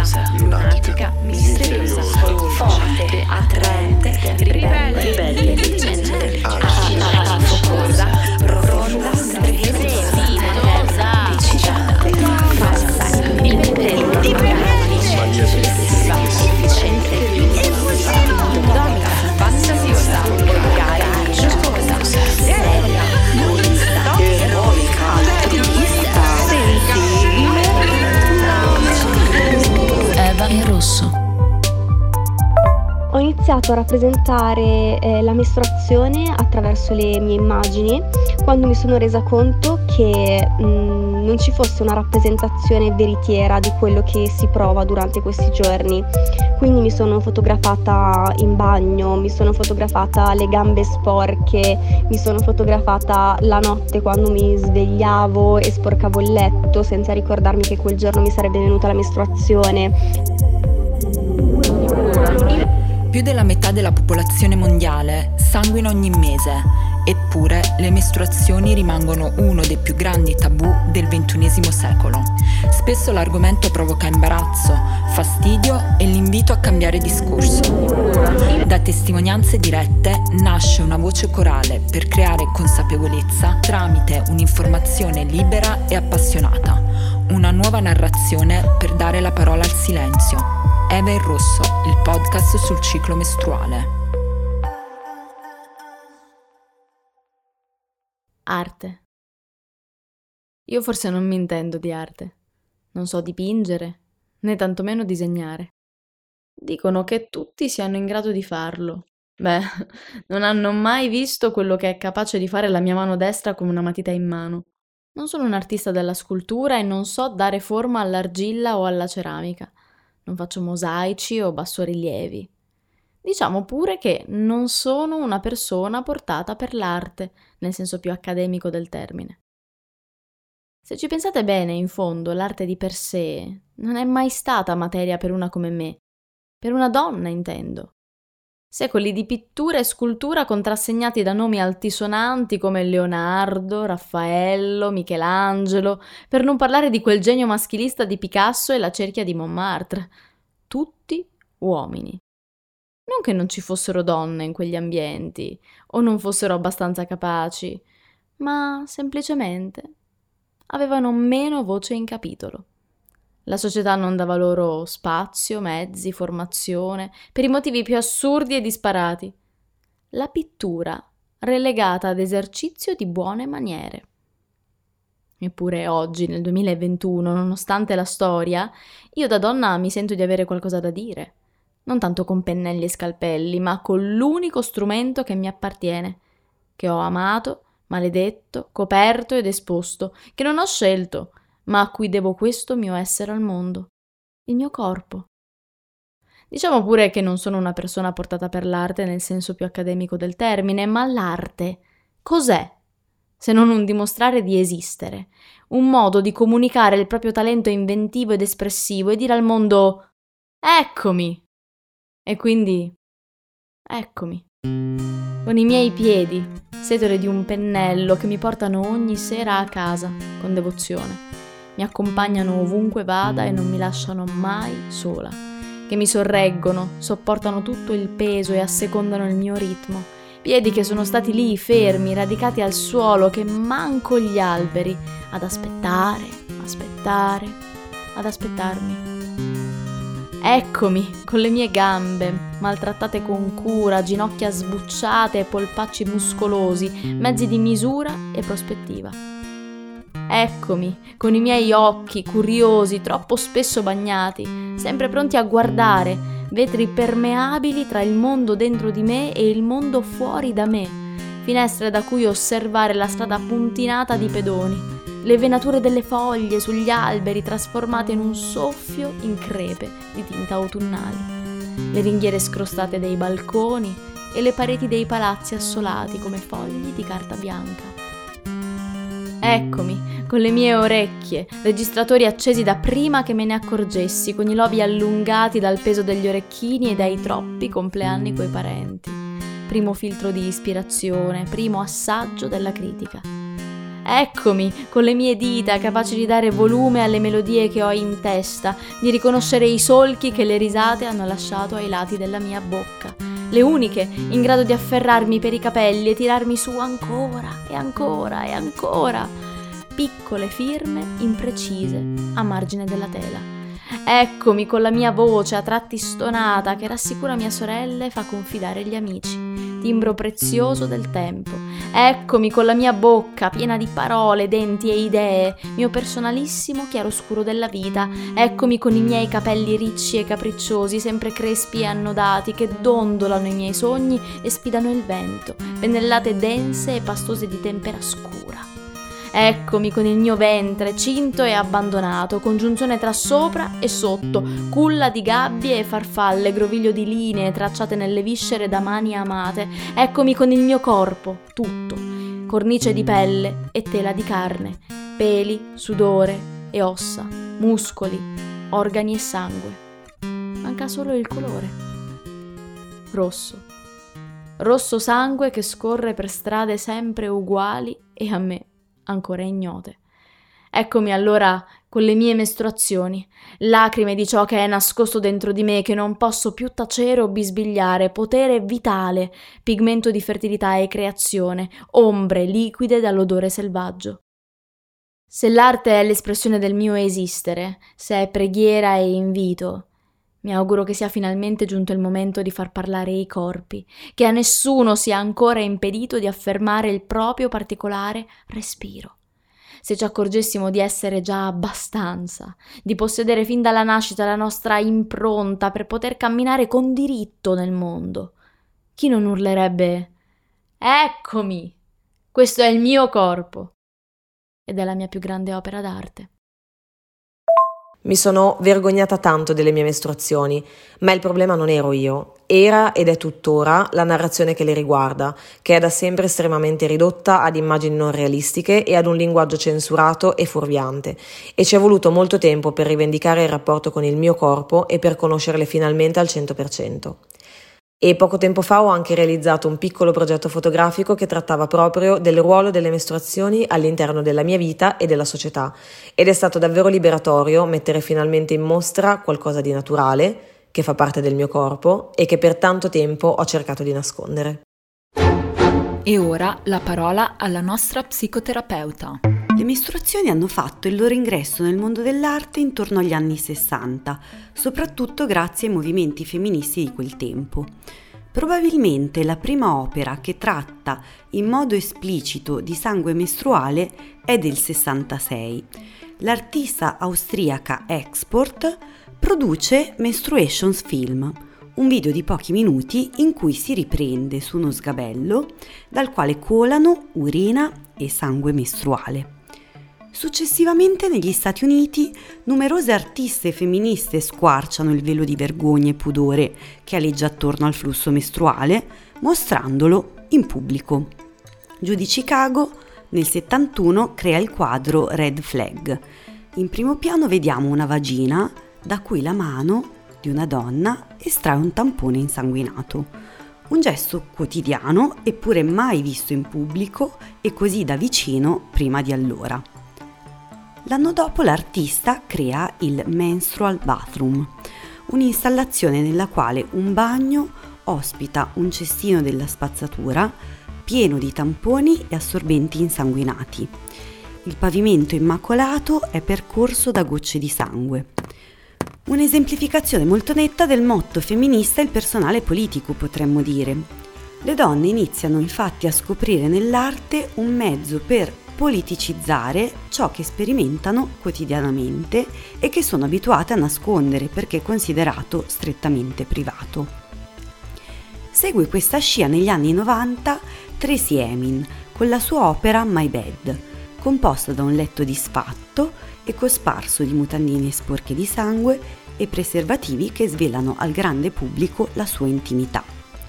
lunatica, misteriosa, forte, attraente, ribelle, vincente, focosa, profonda, spiritosa, vincente, falsa, eccessiva, efficiente, indomita, fantasiosa, volgare, giocosa, seria, buonista, eroica, ottimista, sensibile, Eva in rosso. Ho iniziato a rappresentare la mestruazione attraverso le mie immagini quando mi sono resa conto che non ci fosse una rappresentazione veritiera di quello che si prova durante questi giorni. Quindi mi sono fotografata in bagno, mi sono fotografata le gambe sporche, mi sono fotografata la notte quando mi svegliavo e sporcavo il letto senza ricordarmi che quel giorno mi sarebbe venuta la mestruazione. Più della metà della popolazione mondiale sanguina ogni mese, eppure le mestruazioni rimangono uno dei più grandi tabù del XXI secolo. Spesso l'argomento provoca imbarazzo, fastidio e l'invito a cambiare discorso. Da testimonianze dirette nasce una voce corale per creare consapevolezza tramite un'informazione libera e appassionata, una nuova narrazione per dare la parola al silenzio. Eva in rosso, il podcast sul ciclo mestruale. Arte. Io forse non mi intendo di arte. Non so dipingere, né tantomeno disegnare. Dicono che tutti siano in grado di farlo. Beh, non hanno mai visto quello che è capace di fare la mia mano destra con una matita in mano. Non sono un artista della scultura e non so dare forma all'argilla o alla ceramica. Non faccio mosaici o bassorilievi. Diciamo pure che non sono una persona portata per l'arte, nel senso più accademico del termine. Se ci pensate bene, in fondo, l'arte di per sé non è mai stata materia per una come me, per una donna intendo. Secoli di pittura e scultura contrassegnati da nomi altisonanti come Leonardo, Raffaello, Michelangelo, per non parlare di quel genio maschilista di Picasso e la cerchia di Montmartre. Tutti uomini. Non che non ci fossero donne in quegli ambienti, o non fossero abbastanza capaci, ma semplicemente avevano meno voce in capitolo. La società non dava loro spazio, mezzi, formazione, per i motivi più assurdi e disparati. La pittura relegata ad esercizio di buone maniere. Eppure oggi, nel 2021, nonostante la storia, io da donna mi sento di avere qualcosa da dire. Non tanto con pennelli e scalpelli, ma con l'unico strumento che mi appartiene, che ho amato, maledetto, coperto ed esposto, che non ho scelto, ma a cui devo questo mio essere al mondo, il mio corpo. Diciamo pure che non sono una persona portata per l'arte nel senso più accademico del termine, ma l'arte cos'è? Se non un dimostrare di esistere, un modo di comunicare il proprio talento inventivo ed espressivo e dire al mondo «Eccomi!» E quindi eccomi, con i miei piedi, setole di un pennello che mi portano ogni sera a casa con devozione. Mi accompagnano ovunque vada e non mi lasciano mai sola, che mi sorreggono, sopportano tutto il peso e assecondano il mio ritmo. Piedi che sono stati lì fermi, radicati al suolo, che manco gli alberi, ad aspettare, ad aspettarmi. Eccomi, con le mie gambe, maltrattate con cura, ginocchia sbucciate e polpacci muscolosi, mezzi di misura e prospettiva. Eccomi, con i miei occhi curiosi, troppo spesso bagnati, sempre pronti a guardare, vetri permeabili tra il mondo dentro di me e il mondo fuori da me, finestre da cui osservare la strada puntinata di pedoni, le venature delle foglie sugli alberi trasformate in un soffio in crepe di tinta autunnali, le ringhiere scrostate dei balconi e le pareti dei palazzi assolati come fogli di carta bianca. Eccomi, con le mie orecchie, registratori accesi da prima che me ne accorgessi, con i lobi allungati dal peso degli orecchini e dai troppi compleanni coi parenti. Primo filtro di ispirazione, primo assaggio della critica. Eccomi, con le mie dita, capaci di dare volume alle melodie che ho in testa, di riconoscere i solchi che le risate hanno lasciato ai lati della mia bocca. Le uniche in grado di afferrarmi per i capelli e tirarmi su ancora e ancora e ancora. Piccole firme imprecise a margine della tela. Eccomi con la mia voce a tratti stonata che rassicura mia sorella e fa confidare gli amici. Timbro prezioso del tempo. Eccomi con la mia bocca piena di parole, denti e idee, mio personalissimo chiaroscuro della vita. Eccomi con i miei capelli ricci e capricciosi, sempre crespi e annodati, che dondolano i miei sogni e sfidano il vento, pennellate dense e pastose di tempera scura. Eccomi con il mio ventre cinto e abbandonato, congiunzione tra sopra e sotto, culla di gabbie e farfalle, groviglio di linee tracciate nelle viscere da mani amate. Eccomi con il mio corpo, tutto, cornice di pelle e tela di carne, peli, sudore e ossa, muscoli, organi e sangue. Manca solo il colore. Rosso. Rosso sangue che scorre per strade sempre uguali e a me ancora ignote. Eccomi allora con le mie mestruazioni, lacrime di ciò che è nascosto dentro di me, che non posso più tacere o bisbigliare, potere vitale, pigmento di fertilità e creazione, ombre liquide dall'odore selvaggio. Se l'arte è l'espressione del mio esistere, se è preghiera e invito, mi auguro che sia finalmente giunto il momento di far parlare i corpi, che a nessuno sia ancora impedito di affermare il proprio particolare respiro. Se ci accorgessimo di essere già abbastanza, di possedere fin dalla nascita la nostra impronta per poter camminare con diritto nel mondo, chi non urlerebbe «Eccomi! Questo è il mio corpo!» ed è la mia più grande opera d'arte. Mi sono vergognata tanto delle mie mestruazioni, ma il problema non ero io, era ed è tuttora la narrazione che le riguarda, che è da sempre estremamente ridotta ad immagini non realistiche e ad un linguaggio censurato e fuorviante, e ci è voluto molto tempo per rivendicare il rapporto con il mio corpo e per conoscerle finalmente al 100%. E poco tempo fa ho anche realizzato un piccolo progetto fotografico che trattava proprio del ruolo delle mestruazioni all'interno della mia vita e della società, ed è stato davvero liberatorio mettere finalmente in mostra qualcosa di naturale, che fa parte del mio corpo e che per tanto tempo ho cercato di nascondere. E ora la parola alla nostra psicoterapeuta. Le mestruazioni hanno fatto il loro ingresso nel mondo dell'arte intorno agli anni 60, soprattutto grazie ai movimenti femministi di quel tempo. Probabilmente la prima opera che tratta in modo esplicito di sangue mestruale è del 66. L'artista austriaca Export produce Menstruations Film, un video di pochi minuti in cui si riprende su uno sgabello dal quale colano urina e sangue mestruale. Successivamente negli Stati Uniti numerose artiste femministe squarciano il velo di vergogna e pudore che aleggia attorno al flusso mestruale, mostrandolo in pubblico. Giù di Chicago, nel 71, crea il quadro Red Flag. In primo piano vediamo una vagina da cui la mano di una donna estrae un tampone insanguinato. Un gesto quotidiano eppure mai visto in pubblico e così da vicino prima di allora. L'anno dopo l'artista crea il Menstrual Bathroom, un'installazione nella quale un bagno ospita un cestino della spazzatura pieno di tamponi e assorbenti insanguinati. Il pavimento immacolato è percorso da gocce di sangue. Un'esemplificazione molto netta del motto femminista e il personale politico, potremmo dire. Le donne iniziano infatti a scoprire nell'arte un mezzo per politicizzare ciò che sperimentano quotidianamente e che sono abituate a nascondere perché è considerato strettamente privato. Segue questa scia negli anni 90 Tracey Emin con la sua opera My Bed, composta da un letto disfatto e cosparso di mutandine sporche di sangue e preservativi che svelano al grande pubblico la sua intimità.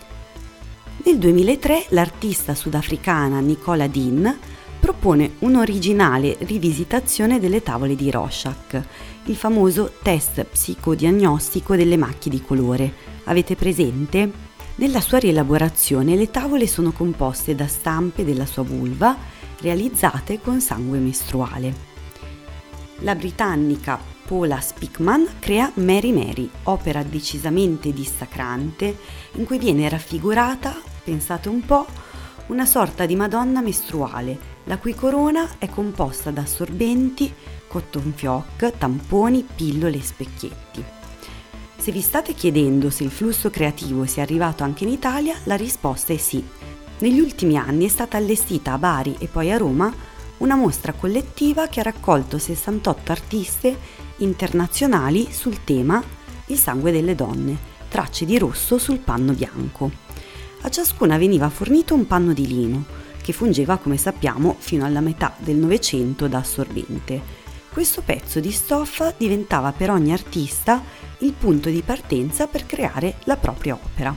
Nel 2003 l'artista sudafricana Nicola Dean propone un'originale rivisitazione delle tavole di Rorschach, il famoso test psicodiagnostico delle macchie di colore. Avete presente? Nella sua rielaborazione le tavole sono composte da stampe della sua vulva realizzate con sangue mestruale. La britannica Paula Speakman crea Mary Mary, opera decisamente dissacrante in cui viene raffigurata, pensate un po', una sorta di Madonna mestruale, la cui corona è composta da assorbenti, cotton fioc, tamponi, pillole e specchietti. Se vi state chiedendo se il flusso creativo sia arrivato anche in Italia, la risposta è sì. Negli ultimi anni è stata allestita a Bari e poi a Roma una mostra collettiva che ha raccolto 68 artiste internazionali sul tema Il sangue delle donne, tracce di rosso sul panno bianco. A ciascuna veniva fornito un panno di lino, che fungeva, come sappiamo, fino alla metà del Novecento da assorbente. Questo pezzo di stoffa diventava per ogni artista il punto di partenza per creare la propria opera.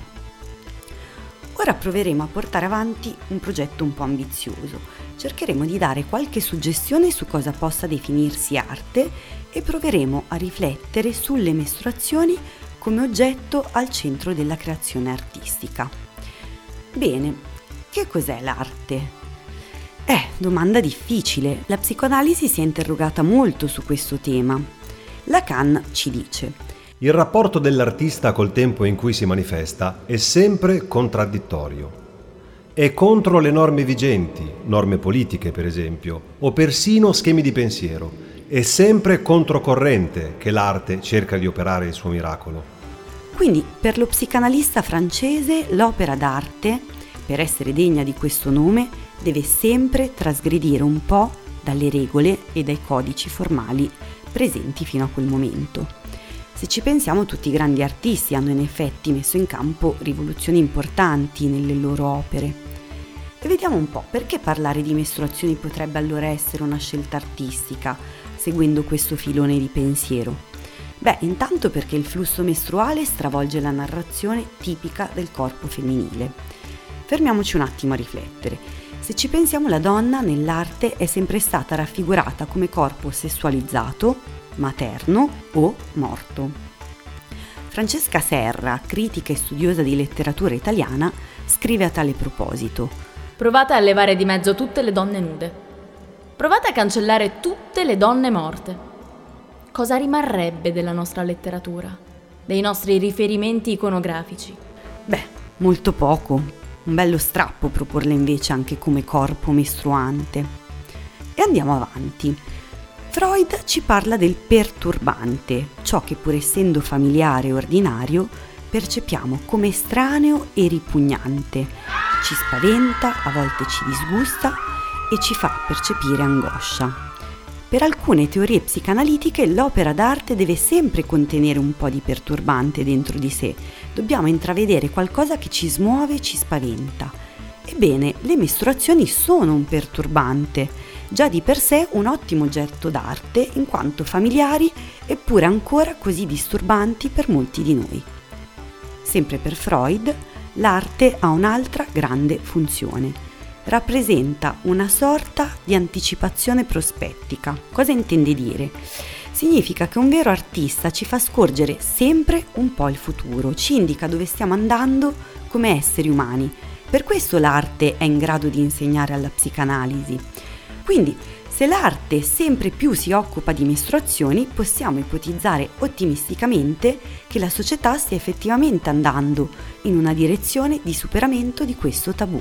Ora proveremo a portare avanti un progetto un po' ambizioso. Cercheremo di dare qualche suggestione su cosa possa definirsi arte e proveremo a riflettere sulle mestruazioni come oggetto al centro della creazione artistica. Bene, che cos'è l'arte? Domanda difficile. La psicoanalisi si è interrogata molto su questo tema. Lacan ci dice: il rapporto dell'artista col tempo in cui si manifesta è sempre contraddittorio. È contro le norme vigenti, norme politiche per esempio, o persino schemi di pensiero. È sempre controcorrente che l'arte cerca di operare il suo miracolo. Quindi, per lo psicanalista francese, l'opera d'arte, per essere degna di questo nome, deve sempre trasgredire un po' dalle regole e dai codici formali presenti fino a quel momento. Se ci pensiamo, tutti i grandi artisti hanno in effetti messo in campo rivoluzioni importanti nelle loro opere. E vediamo un po' perché parlare di mestruazioni potrebbe allora essere una scelta artistica, seguendo questo filone di pensiero. Intanto perché il flusso mestruale stravolge la narrazione tipica del corpo femminile. Fermiamoci un attimo a riflettere. Se ci pensiamo, la donna nell'arte è sempre stata raffigurata come corpo sessualizzato, materno o morto. Francesca Serra, critica e studiosa di letteratura italiana, scrive a tale proposito: provate a levare di mezzo tutte le donne nude. Provate a cancellare tutte le donne morte. Cosa rimarrebbe della nostra letteratura? Dei nostri riferimenti iconografici? Molto poco. Un bello strappo proporle invece anche come corpo mestruante. E andiamo avanti. Freud ci parla del perturbante, ciò che pur essendo familiare e ordinario percepiamo come estraneo e ripugnante, ci spaventa, a volte ci disgusta e ci fa percepire angoscia. Per alcune teorie psicanalitiche l'opera d'arte deve sempre contenere un po' di perturbante dentro di sé. Dobbiamo intravedere qualcosa che ci smuove e ci spaventa. Ebbene, le mestruazioni sono un perturbante, già di per sé un ottimo oggetto d'arte in quanto familiari eppure ancora così disturbanti per molti di noi. Sempre per Freud, l'arte ha un'altra grande funzione. Rappresenta una sorta di anticipazione prospettica. Cosa intende dire? Significa che un vero artista ci fa scorgere sempre un po' il futuro, ci indica dove stiamo andando come esseri umani. Per questo l'arte è in grado di insegnare alla psicanalisi. Quindi, se l'arte sempre più si occupa di mestruazioni, possiamo ipotizzare ottimisticamente che la società stia effettivamente andando in una direzione di superamento di questo tabù.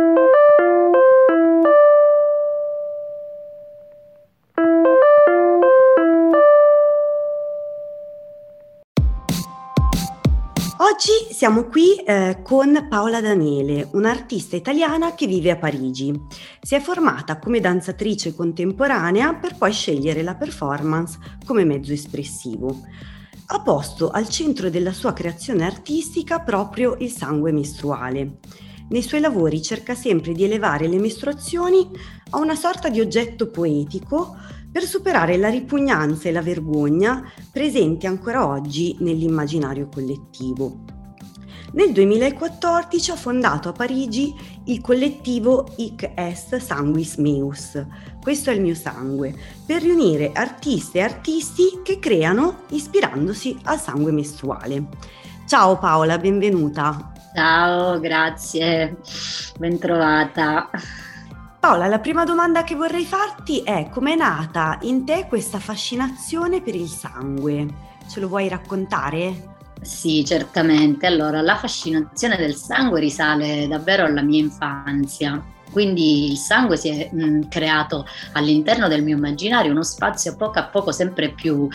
Oggi siamo qui con Paola Daniele, un'artista italiana che vive a Parigi. Si è formata come danzatrice contemporanea per poi scegliere la performance come mezzo espressivo. Ha posto al centro della sua creazione artistica proprio il sangue mestruale. Nei suoi lavori cerca sempre di elevare le mestruazioni a una sorta di oggetto poetico per superare la ripugnanza e la vergogna presenti ancora oggi nell'immaginario collettivo. Nel 2014 ha fondato a Parigi il collettivo Hic Est Sanguis Meus, questo è il mio sangue, per riunire artiste e artisti che creano ispirandosi al sangue mestruale. Ciao Paola, benvenuta. Ciao, grazie, ben trovata. Paola, la prima domanda che vorrei farti è: com'è nata in te questa fascinazione per il sangue? Ce lo vuoi raccontare? Sì, certamente. Allora, la fascinazione del sangue risale davvero alla mia infanzia. Quindi il sangue si è creato all'interno del mio immaginario uno spazio a poco sempre più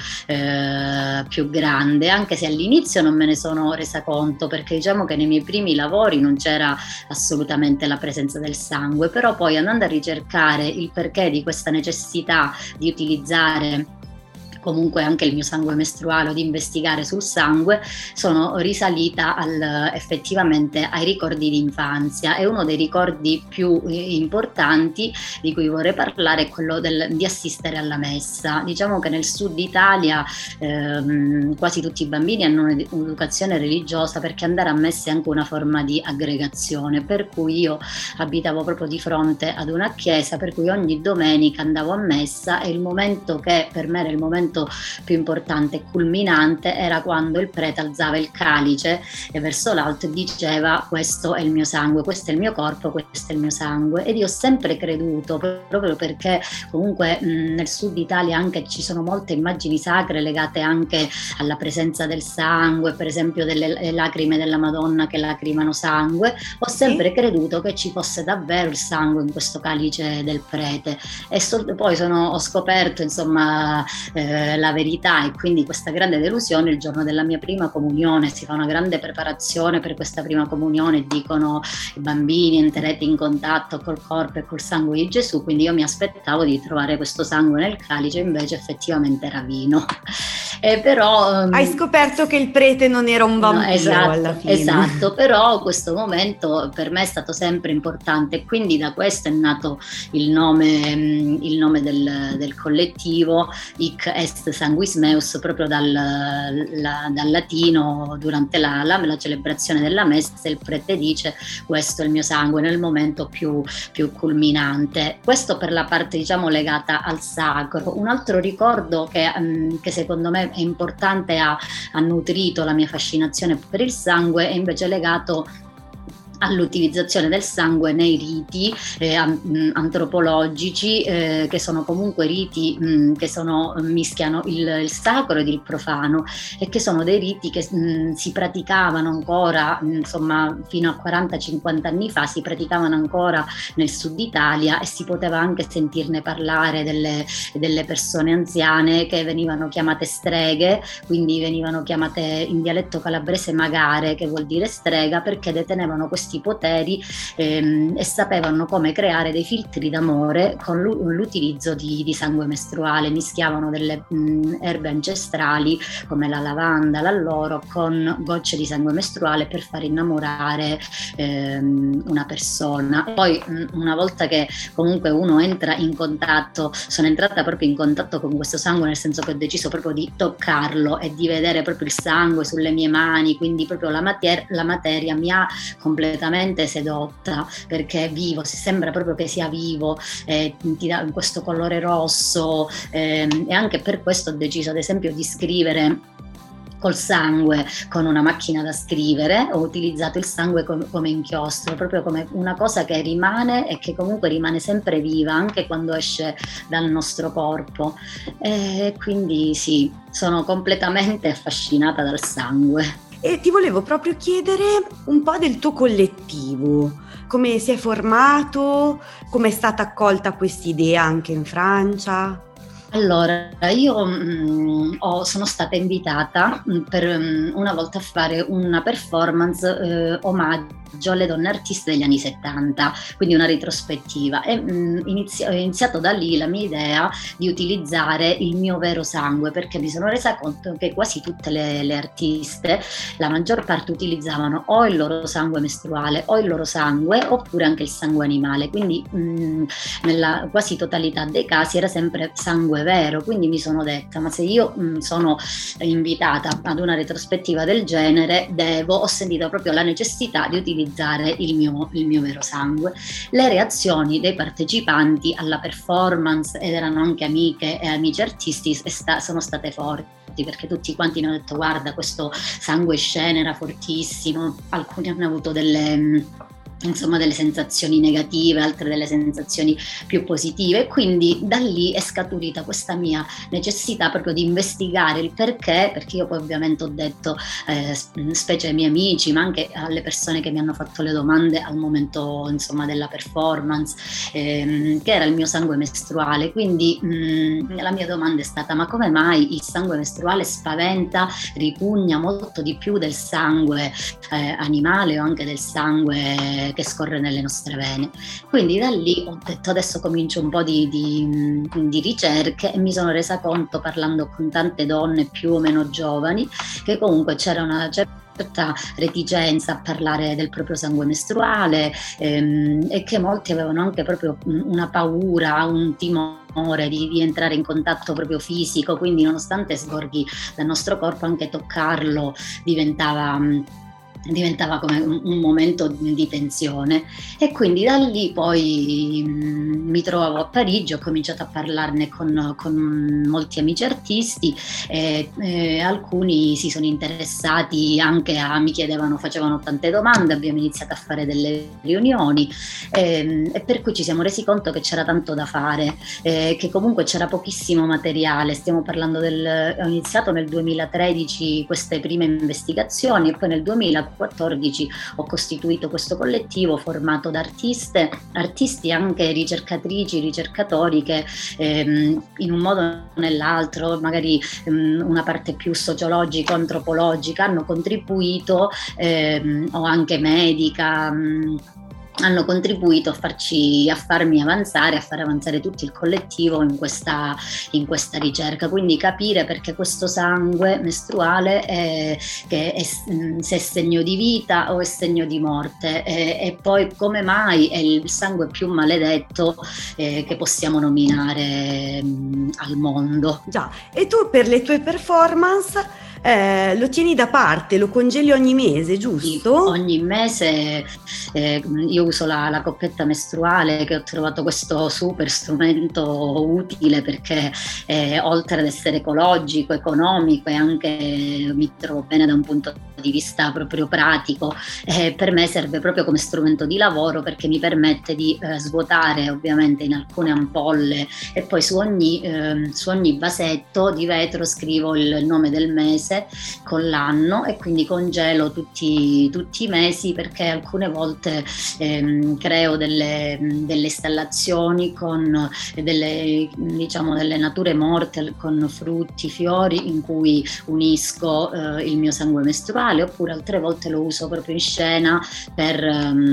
grande, anche se all'inizio non me ne sono resa conto, perché diciamo che nei miei primi lavori non c'era assolutamente la presenza del sangue, però poi andando a ricercare il perché di questa necessità di utilizzare comunque anche il mio sangue mestruale, di investigare sul sangue, sono risalita effettivamente ai ricordi di infanzia, e uno dei ricordi più importanti di cui vorrei parlare è quello di assistere alla messa. Diciamo che nel sud Italia quasi tutti i bambini hanno un'educazione religiosa, perché andare a messa è anche una forma di aggregazione, per cui io abitavo proprio di fronte ad una chiesa, per cui ogni domenica andavo a messa, e il momento che per me era il momento più importante e culminante era quando il prete alzava il calice e verso l'alto diceva: questo è il mio sangue, questo è il mio corpo, questo è il mio sangue. Ed io ho sempre creduto, proprio perché comunque nel sud Italia anche ci sono molte immagini sacre legate anche alla presenza del sangue, per esempio delle lacrime della Madonna che lacrimano sangue, ho sempre creduto che ci fosse davvero il sangue in questo calice del prete, e poi ho scoperto insomma la verità, e quindi questa grande delusione il giorno della mia prima comunione. Si fa una grande preparazione per questa prima comunione, dicono: i bambini entrerete in contatto col corpo e col sangue di Gesù, quindi io mi aspettavo di trovare questo sangue nel calice, invece effettivamente era vino. Però hai scoperto che il prete non era un vampiro, no, esatto, alla fine. Esatto, però questo momento per me è stato sempre importante, e quindi da questo è nato il nome del collettivo Hic est sanguis meus, proprio dal latino. Durante la celebrazione della messa il prete dice: questo è il mio sangue, nel momento più culminante. Questo per la parte diciamo legata al sacro. Un altro ricordo che secondo me è importante, ha nutrito la mia fascinazione per il sangue, è invece legato all'utilizzazione del sangue nei riti antropologici, che sono comunque riti che mischiano il sacro ed il profano, e che sono dei riti che si praticavano ancora, insomma fino a 40-50 anni fa si praticavano ancora nel sud Italia, e si poteva anche sentirne parlare delle persone anziane che venivano chiamate streghe, quindi venivano chiamate in dialetto calabrese magare, che vuol dire strega, perché detenevano questi poteri e sapevano come creare dei filtri d'amore con l'utilizzo di sangue mestruale. Mischiavano delle erbe ancestrali come la lavanda, l'alloro, con gocce di sangue mestruale per far innamorare una persona. Poi una volta che comunque uno entra in contatto, sono entrata proprio in contatto con questo sangue, nel senso che ho deciso proprio di toccarlo e di vedere proprio il sangue sulle mie mani, quindi proprio la materia mi ha completamente sedotta, perché è vivo, si sembra proprio che sia vivo, ti dà questo colore rosso, e anche per questo ho deciso ad esempio di scrivere col sangue con una macchina da scrivere. Ho utilizzato il sangue come inchiostro, proprio come una cosa che rimane e che comunque rimane sempre viva anche quando esce dal nostro corpo, e quindi sì, sono completamente affascinata dal sangue. E ti volevo proprio chiedere un po' del tuo collettivo, come si è formato, come è stata accolta quest'idea anche in Francia? Allora, io sono stata invitata per una volta a fare una performance omaggio alle donne artiste degli anni 70, quindi una retrospettiva, e ho iniziato da lì la mia idea di utilizzare il mio vero sangue, perché mi sono resa conto che quasi tutte le artiste, la maggior parte, utilizzavano o il loro sangue mestruale o il loro sangue, oppure anche il sangue animale, quindi nella quasi totalità dei casi era sempre sangue vero. Quindi mi sono detta: ma se io sono invitata ad una retrospettiva del genere, ho sentito proprio la necessità di utilizzare il mio vero sangue. Le reazioni dei partecipanti alla performance, ed erano anche amiche e amici artisti, sono state forti. perché tutti quanti mi hanno detto guarda, questo sangue scena era fortissimo, alcuni hanno avuto delle sensazioni negative, altre delle sensazioni più positive, e quindi da lì è scaturita questa mia necessità proprio di investigare il perché io poi ovviamente ho detto, specie ai miei amici, ma anche alle persone che mi hanno fatto le domande al momento della performance, che era il mio sangue mestruale, quindi la mia domanda è stata: ma come mai il sangue mestruale spaventa, ripugna molto di più del sangue animale o anche del sangue che scorre nelle nostre vene? Quindi da lì ho detto adesso comincio un po' di ricerche, e mi sono resa conto, parlando con tante donne più o meno giovani, che comunque c'era una certa reticenza a parlare del proprio sangue mestruale, e che molti avevano anche proprio una paura, un timore di entrare in contatto proprio fisico, quindi nonostante sgorghi dal nostro corpo, anche toccarlo diventava come un momento di tensione. E quindi da lì poi mi trovavo a Parigi, ho cominciato a parlarne con molti amici artisti, e alcuni si sono interessati anche mi chiedevano, facevano tante domande, abbiamo iniziato a fare delle riunioni, e per cui ci siamo resi conto che c'era tanto da fare, che comunque c'era pochissimo materiale. Stiamo parlando ho iniziato nel 2013 queste prime investigazioni, e poi nel 2014 ho costituito questo collettivo formato da artisti anche ricercatrici, ricercatori che in un modo o nell'altro, magari una parte più sociologica, antropologica, hanno contribuito, o anche medica, hanno contribuito a farmi avanzare, a far avanzare tutto il collettivo in questa ricerca. Quindi capire perché questo sangue mestruale se è segno di vita o è segno di morte, e poi come mai è il sangue più maledetto che possiamo nominare al mondo. Già, e tu per le tue performance lo tieni da parte, lo congeli ogni mese, giusto? Sì, ogni mese io uso la coppetta mestruale, che ho trovato questo super strumento utile, perché oltre ad essere ecologico, economico, e anche mi trovo bene da un punto di vista proprio pratico, per me serve proprio come strumento di lavoro, perché mi permette di svuotare ovviamente in alcune ampolle, e poi su ogni vasetto di vetro scrivo il nome del mese con l'anno, e quindi congelo tutti i mesi, perché alcune volte creo delle installazioni con delle nature morte, con frutti, fiori, in cui unisco il mio sangue mestruale, oppure altre volte lo uso proprio in scena per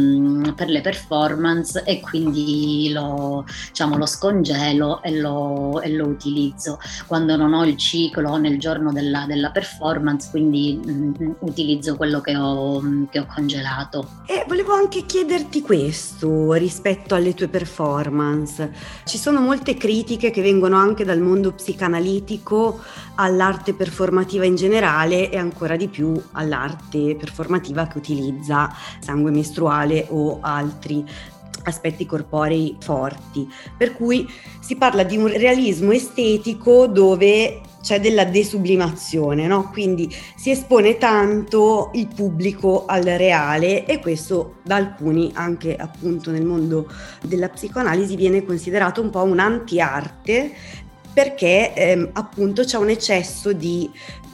le performance, e quindi lo scongelo e lo utilizzo quando non ho il ciclo nel giorno della performance, quindi utilizzo quello che ho congelato. E volevo anche chiederti questo rispetto alle tue performance. Ci sono molte critiche che vengono anche dal mondo psicanalitico all'arte performativa in generale, e ancora di più all'arte performativa che utilizza sangue mestruale o altri aspetti corporei forti, per cui si parla di un realismo estetico dove c'è della desublimazione, no? Quindi si espone tanto il pubblico al reale, e questo da alcuni, anche appunto nel mondo della psicoanalisi, viene considerato un po' un'anti-arte, perché appunto c'è un eccesso di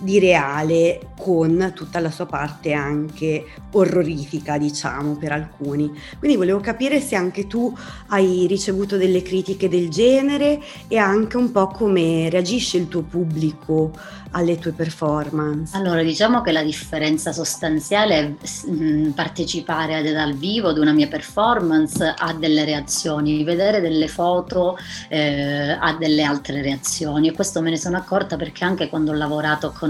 reale, con tutta la sua parte anche orrorifica, diciamo, per alcuni. Quindi volevo capire se anche tu hai ricevuto delle critiche del genere, e anche un po' come reagisce il tuo pubblico alle tue performance. Allora, diciamo che la differenza sostanziale è partecipare dal vivo ad una mia performance ha delle reazioni, vedere delle foto ha delle altre reazioni, e questo me ne sono accorta perché anche quando ho lavorato con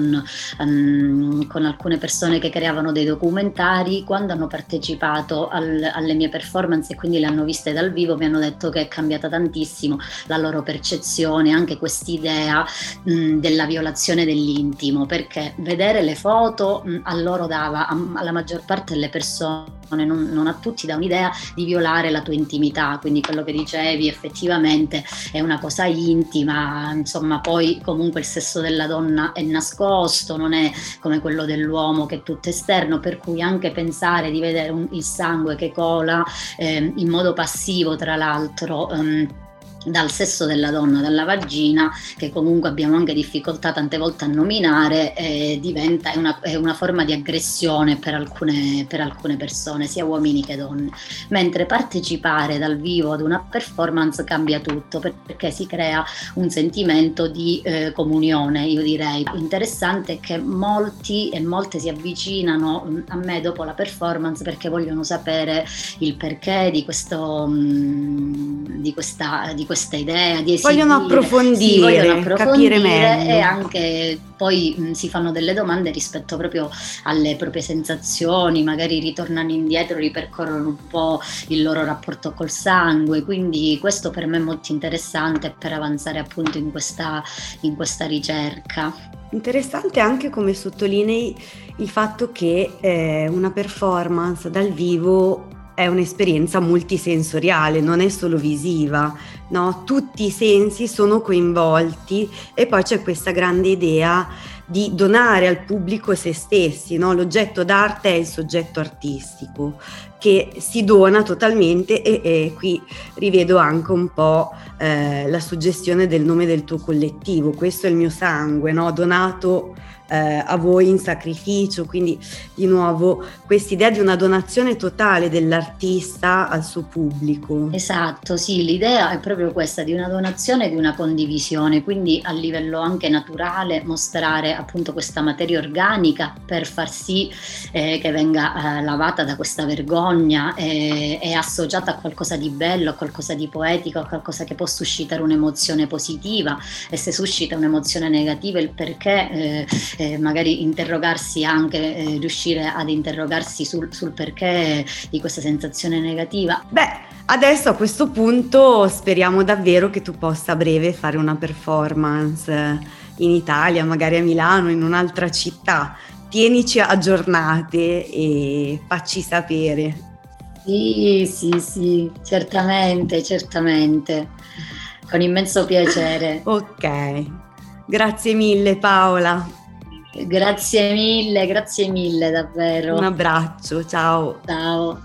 alcune persone che creavano dei documentari, quando hanno partecipato alle mie performance e quindi le hanno viste dal vivo, mi hanno detto che è cambiata tantissimo la loro percezione, anche quest'idea della violazione dell'intimo, perché vedere le foto a loro dava, alla maggior parte delle persone non a tutti dà un'idea di violare la tua intimità, quindi quello che dicevi effettivamente è una cosa intima, insomma poi comunque il sesso della donna è nascosto, non è come quello dell'uomo che è tutto esterno, per cui anche pensare di vedere il sangue che cola in modo passivo tra l'altro dal sesso della donna, dalla vagina, che comunque abbiamo anche difficoltà tante volte a nominare, è una forma di aggressione per alcune persone, sia uomini che donne, mentre partecipare dal vivo ad una performance cambia tutto, perché si crea un sentimento di comunione. Io direi interessante che molti e molte si avvicinano a me dopo la performance perché vogliono sapere il perché di questa idea di esibire, vogliono approfondire, capire meglio, e anche poi si fanno delle domande rispetto proprio alle proprie sensazioni, magari ritornano indietro, ripercorrono un po' il loro rapporto col sangue, quindi questo per me è molto interessante per avanzare appunto in questa ricerca. Interessante anche come sottolinei il fatto che una performance dal vivo è un'esperienza multisensoriale, non è solo visiva, no? Tutti i sensi sono coinvolti e poi c'è questa grande idea di donare al pubblico se stessi, no? L'oggetto d'arte è il soggetto artistico che si dona totalmente e qui rivedo anche un po' la suggestione del nome del tuo collettivo, questo è il mio sangue, no? Donato a voi in sacrificio, quindi di nuovo quest'idea di una donazione totale dell'artista al suo pubblico. Esatto, sì, l'idea è proprio questa, di una donazione e di una condivisione, quindi a livello anche naturale mostrare appunto questa materia organica per far sì che venga lavata da questa vergogna e associata a qualcosa di bello, a qualcosa di poetico, a qualcosa che può suscitare un'emozione positiva, e se suscita un'emozione negativa il perché, magari interrogarsi anche, riuscire ad interrogarsi sul perché di questa sensazione negativa. Beh, adesso a questo punto speriamo davvero che tu possa a breve fare una performance in Italia, magari a Milano, in un'altra città. Tienici aggiornate e facci sapere. Sì, certamente, con immenso piacere. Ok, grazie mille Paola. Grazie mille davvero. Un abbraccio, ciao. Ciao.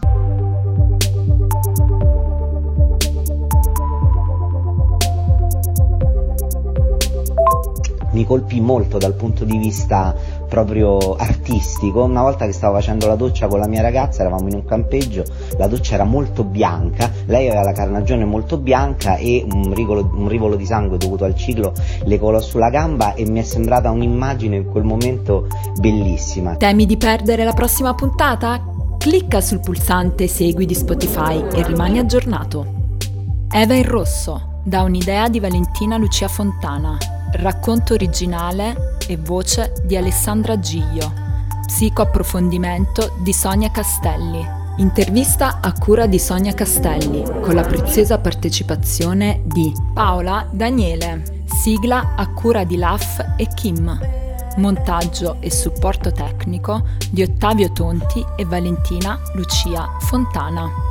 Mi colpì molto dal punto di vista proprio artistico. Una volta che stavo facendo la doccia con la mia ragazza, eravamo in un campeggio, la doccia era molto bianca, lei aveva la carnagione molto bianca e un rivolo di sangue dovuto al ciclo le colò sulla gamba e mi è sembrata un'immagine in quel momento bellissima. Temi di perdere la prossima puntata? Clicca sul pulsante Segui di Spotify e rimani aggiornato. Eva in rosso, da un'idea di Valentina Lucia Fontana. Racconto originale e voce di Alessandra Giglio. Psicoapprofondimento di Sonia Castelli. Intervista a cura di Sonia Castelli, con la preziosa partecipazione di Paola Daniele. Sigla a cura di Laf e Kim. Montaggio e supporto tecnico di Ottavio Tonti e Valentina Lucia Fontana.